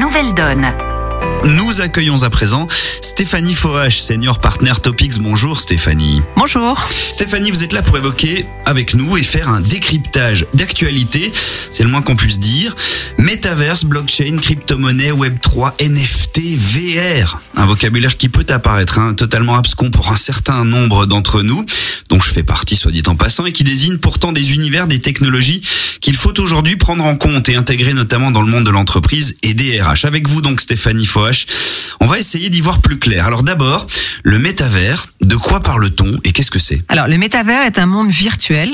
nouvelle donne. Nous accueillons à présent Stéphanie Foache, Senior Partner Topics. Bonjour Stéphanie. Bonjour. Stéphanie, vous êtes là pour évoquer avec nous et faire un décryptage d'actualité, c'est le moins qu'on puisse dire. Métaverse, blockchain, crypto-monnaie, Web3, NFT, VR. Un vocabulaire qui peut apparaître totalement abscon pour un certain nombre d'entre nous, dont je fais partie soit dit en passant, et qui désigne pourtant des univers, des technologies qu'il faut aujourd'hui prendre en compte et intégrer notamment dans le monde de l'entreprise et des RH. Avec vous donc Stéphanie Foache, on va essayer d'y voir plus clair. Alors d'abord, le métavers, de quoi parle-t-on et qu'est-ce que c'est ? Alors le métavers est un monde virtuel,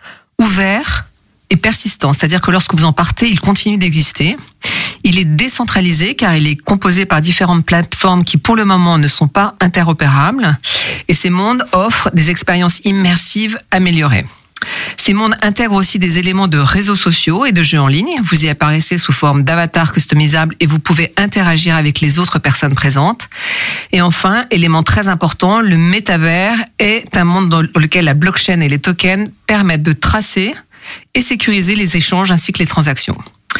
ouvert et persistant. C'est-à-dire que lorsque vous en partez, il continue d'exister. Il est décentralisé car il est composé par différentes plateformes qui pour le moment ne sont pas interopérables. Et ces mondes offrent des expériences immersives améliorées. Ces mondes intègrent aussi des éléments de réseaux sociaux et de jeux en ligne. Vous y apparaissez sous forme d'avatar customisable et vous pouvez interagir avec les autres personnes présentes. Et enfin, élément très important, le métavers est un monde dans lequel la blockchain et les tokens permettent de tracer et sécuriser les échanges ainsi que les transactions.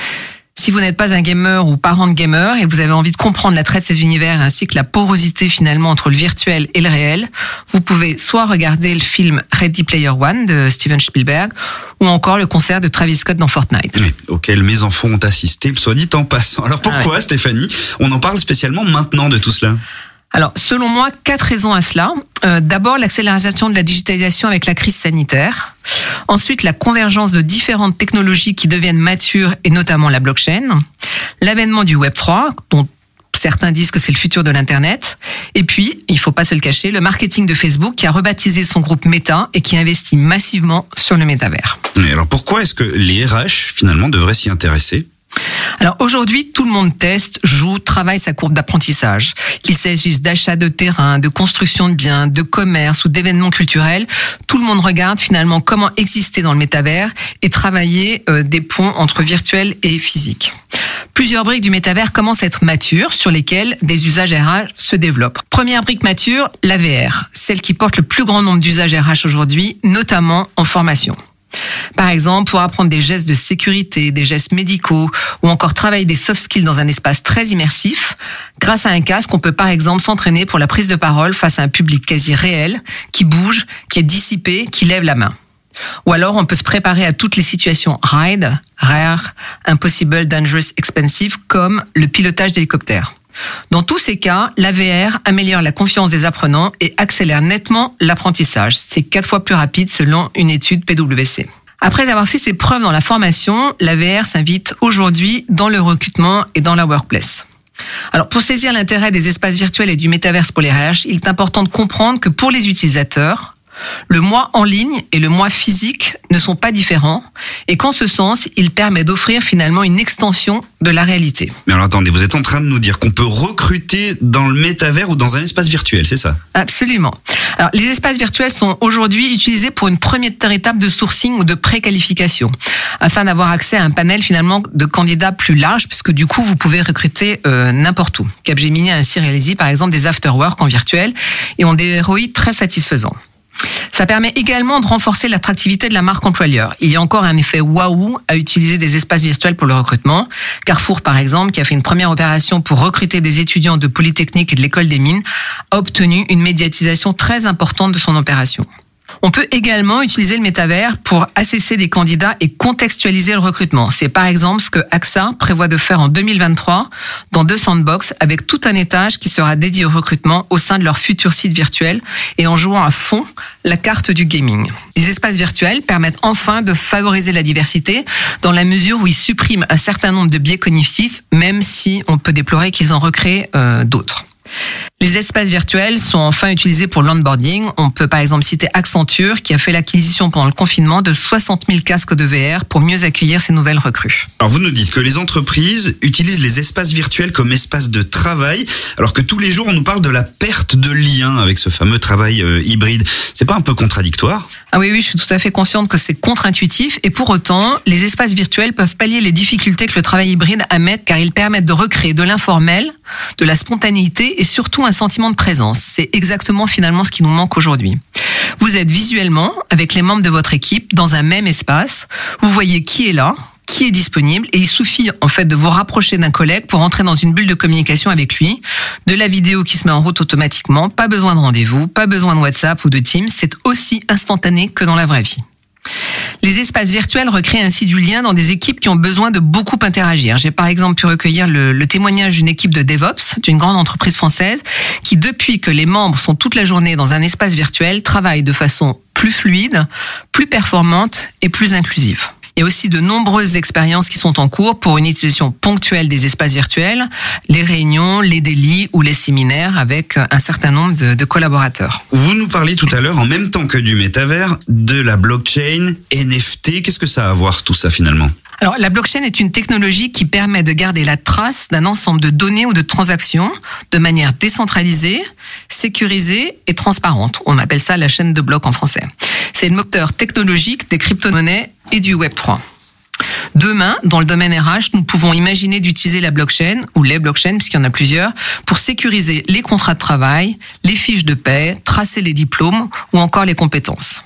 Si vous n'êtes pas un gamer ou parent de gamer et vous avez envie de comprendre l'attrait de ces univers ainsi que la porosité finalement entre le virtuel et le réel, vous pouvez soit regarder le film Ready Player One de Steven Spielberg ou encore le concert de Travis Scott dans Fortnite. Oui, auquel mes enfants ont assisté, soit dit en passant. Alors pourquoi Stéphanie, on en parle spécialement maintenant de tout cela ? Alors, selon moi, 4 raisons à cela. D'abord, l'accélération de la digitalisation avec la crise sanitaire. Ensuite, la convergence de différentes technologies qui deviennent matures, et notamment la blockchain. L'avènement du Web3, dont certains disent que c'est le futur de l'Internet. Et puis, il faut pas se le cacher, le marketing de Facebook qui a rebaptisé son groupe Meta et qui investit massivement sur le métavers. Et alors, pourquoi est-ce que les RH, finalement, devraient s'y intéresser ? Alors aujourd'hui, tout le monde teste, joue, travaille sa courbe d'apprentissage. Qu'il s'agisse d'achat de terrain, de construction de biens, de commerce ou d'événements culturels, tout le monde regarde finalement comment exister dans le métavers et travailler des ponts entre virtuel et physique. Plusieurs briques du métavers commencent à être matures, sur lesquelles des usages RH se développent. Première brique mature, la VR, celle qui porte le plus grand nombre d'usages RH aujourd'hui, notamment en formation. Par exemple, pour apprendre des gestes de sécurité, des gestes médicaux ou encore travailler des soft skills dans un espace très immersif, grâce à un casque, on peut par exemple s'entraîner pour la prise de parole face à un public quasi réel, qui bouge, qui est dissipé, qui lève la main. Ou alors on peut se préparer à toutes les situations ride, rare, impossible, dangerous, expensive, comme le pilotage d'hélicoptère. Dans tous ces cas, la VR améliore la confiance des apprenants et accélère nettement l'apprentissage. C'est 4 fois plus rapide selon une étude PwC. Après avoir fait ses preuves dans la formation, la VR s'invite aujourd'hui dans le recrutement et dans la workplace. Alors, pour saisir l'intérêt des espaces virtuels et du métaverse pour les RH, il est important de comprendre que pour les utilisateurs, le moi en ligne et le moi physique ne sont pas différents et qu'en ce sens, il permet d'offrir finalement une extension de la réalité. Mais alors attendez, vous êtes en train de nous dire qu'on peut recruter dans le métavers ou dans un espace virtuel, c'est ça ? Absolument. Alors, les espaces virtuels sont aujourd'hui utilisés pour une première étape de sourcing ou de préqualification, afin d'avoir accès à un panel finalement de candidats plus large, puisque du coup, vous pouvez recruter n'importe où. Capgemini a ainsi réalisé par exemple des after-work en virtuel et ont des ROI très satisfaisants. Ça permet également de renforcer l'attractivité de la marque employeur. Il y a encore un effet waouh à utiliser des espaces virtuels pour le recrutement. Carrefour, par exemple, qui a fait une première opération pour recruter des étudiants de Polytechnique et de l'École des Mines, a obtenu une médiatisation très importante de son opération. On peut également utiliser le métavers pour assesser des candidats et contextualiser le recrutement. C'est par exemple ce que AXA prévoit de faire en 2023 dans 2 sandbox avec tout un étage qui sera dédié au recrutement au sein de leur futur site virtuel et en jouant à fond la carte du gaming. Les espaces virtuels permettent enfin de favoriser la diversité dans la mesure où ils suppriment un certain nombre de biais cognitifs, même si on peut déplorer qu'ils en recréent d'autres. Les espaces virtuels sont enfin utilisés pour l'onboarding. On peut par exemple citer Accenture qui a fait l'acquisition pendant le confinement de 60 000 casques de VR pour mieux accueillir ces nouvelles recrues. Alors vous nous dites que les entreprises utilisent les espaces virtuels comme espace de travail, alors que tous les jours on nous parle de la perte de lien avec ce fameux travail hybride. C'est pas un peu contradictoire ? Ah oui, je suis tout à fait consciente que c'est contre-intuitif et pour autant, les espaces virtuels peuvent pallier les difficultés que le travail hybride amène car ils permettent de recréer de l'informel, de la spontanéité et surtout un sentiment de présence. C'est exactement finalement ce qui nous manque aujourd'hui. Vous êtes visuellement avec les membres de votre équipe dans un même espace, vous voyez qui est là, qui qui est disponible et il suffit en fait de vous rapprocher d'un collègue pour entrer dans une bulle de communication avec lui, de la vidéo qui se met en route automatiquement, pas besoin de rendez-vous, pas besoin de WhatsApp ou de Teams, c'est aussi instantané que dans la vraie vie. Les espaces virtuels recréent ainsi du lien dans des équipes qui ont besoin de beaucoup interagir. J'ai par exemple pu recueillir le témoignage d'une équipe de DevOps, d'une grande entreprise française, qui depuis que les membres sont toute la journée dans un espace virtuel, travaillent de façon plus fluide, plus performante et plus inclusive. Il y a aussi de nombreuses expériences qui sont en cours pour une utilisation ponctuelle des espaces virtuels, les réunions, les délits ou les séminaires avec un certain nombre de collaborateurs. Vous nous parlez tout à l'heure, en même temps que du métavers, de la blockchain, NFT. Qu'est-ce que ça a à voir tout ça finalement ? Alors, la blockchain est une technologie qui permet de garder la trace d'un ensemble de données ou de transactions de manière décentralisée, sécurisée et transparente. On appelle ça la chaîne de blocs en français. C'est le moteur technologique des crypto-monnaies et du Web3. Demain, dans le domaine RH, nous pouvons imaginer d'utiliser la blockchain, ou les blockchains, puisqu'il y en a plusieurs, pour sécuriser les contrats de travail, les fiches de paie, tracer les diplômes ou encore les compétences.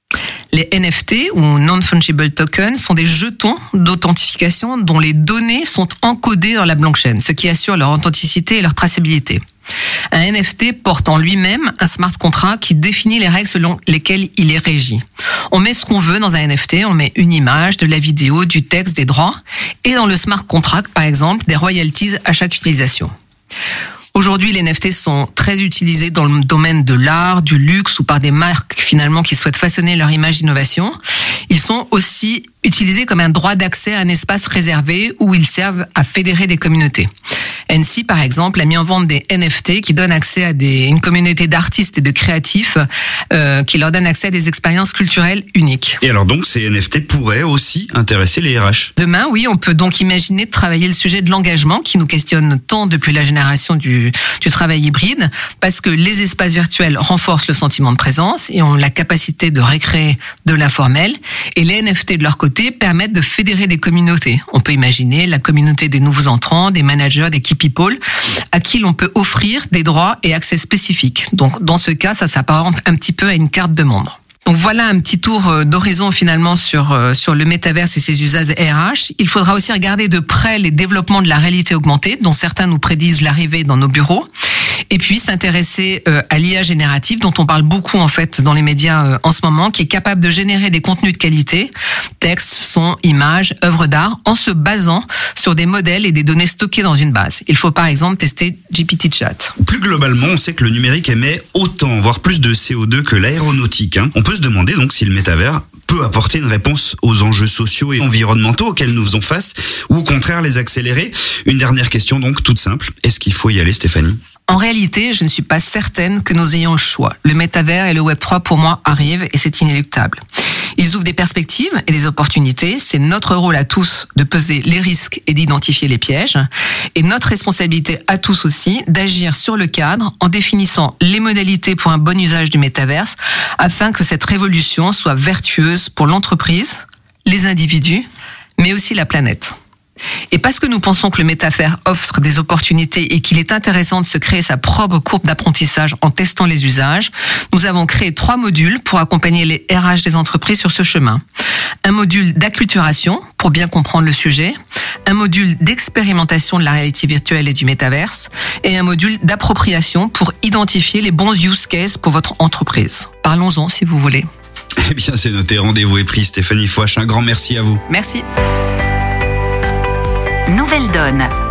Les NFT ou Non-Fungible Tokens sont des jetons d'authentification dont les données sont encodées dans la blockchain, ce qui assure leur authenticité et leur traçabilité. Un NFT porte en lui-même un smart contract qui définit les règles selon lesquelles il est régi. On met ce qu'on veut dans un NFT, on met une image, de la vidéo, du texte, des droits, et dans le smart contract, par exemple, des royalties à chaque utilisation. Aujourd'hui, les NFT sont très utilisés dans le domaine de l'art, du luxe ou par des marques finalement qui souhaitent façonner leur image d'innovation. Ils sont aussi utilisés comme un droit d'accès à un espace réservé où ils servent à fédérer des communautés. Etsy, par exemple, a mis en vente des NFT qui donnent accès à une communauté d'artistes et de créatifs qui leur donnent accès à des expériences culturelles uniques. Et alors donc, ces NFT pourraient aussi intéresser les RH. Demain, oui, on peut donc imaginer de travailler le sujet de l'engagement qui nous questionne tant depuis la génération du travail hybride, parce que les espaces virtuels renforcent le sentiment de présence et ont la capacité de recréer de l'informel, et les NFT de leur côté permettent de fédérer des communautés. On peut imaginer la communauté des nouveaux entrants, des managers, des key people, à qui l'on peut offrir des droits et accès spécifiques. Donc, dans ce cas, ça s'apparente un petit peu à une carte de membre. Donc voilà un petit tour d'horizon finalement sur le métaverse et ses usages RH. Il faudra aussi regarder de près les développements de la réalité augmentée, dont certains nous prédisent l'arrivée dans nos bureaux. Et puis s'intéresser à l'IA générative, dont on parle beaucoup en fait dans les médias en ce moment, qui est capable de générer des contenus de qualité, textes, sons, images, œuvres d'art, en se basant sur des modèles et des données stockées dans une base. Il faut par exemple tester GPT-Chat. Plus globalement, on sait que le numérique émet autant, voire plus de CO2 que l'aéronautique. On peut se demander donc si le métavers peut apporter une réponse aux enjeux sociaux et environnementaux auxquels nous faisons face, ou au contraire les accélérer. Une dernière question donc toute simple, est-ce qu'il faut y aller, Stéphanie ? En réalité, je ne suis pas certaine que nous ayons le choix. Le métavers et le Web3 pour moi arrivent et c'est inéluctable. Ils ouvrent des perspectives et des opportunités. C'est notre rôle à tous de peser les risques et d'identifier les pièges. Et notre responsabilité à tous aussi d'agir sur le cadre en définissant les modalités pour un bon usage du métaverse afin que cette révolution soit vertueuse pour l'entreprise, les individus, mais aussi la planète. Et parce que nous pensons que le métavers offre des opportunités et qu'il est intéressant de se créer sa propre courbe d'apprentissage en testant les usages, nous avons créé 3 modules pour accompagner les RH des entreprises sur ce chemin. Un module d'acculturation pour bien comprendre le sujet, un module d'expérimentation de la réalité virtuelle et du métaverse et un module d'appropriation pour identifier les bons use cases pour votre entreprise. Parlons-en si vous voulez. Eh bien, c'est noté. Rendez-vous est pris. Stéphanie Fouache, un grand merci à vous. Merci. Nouvelle donne.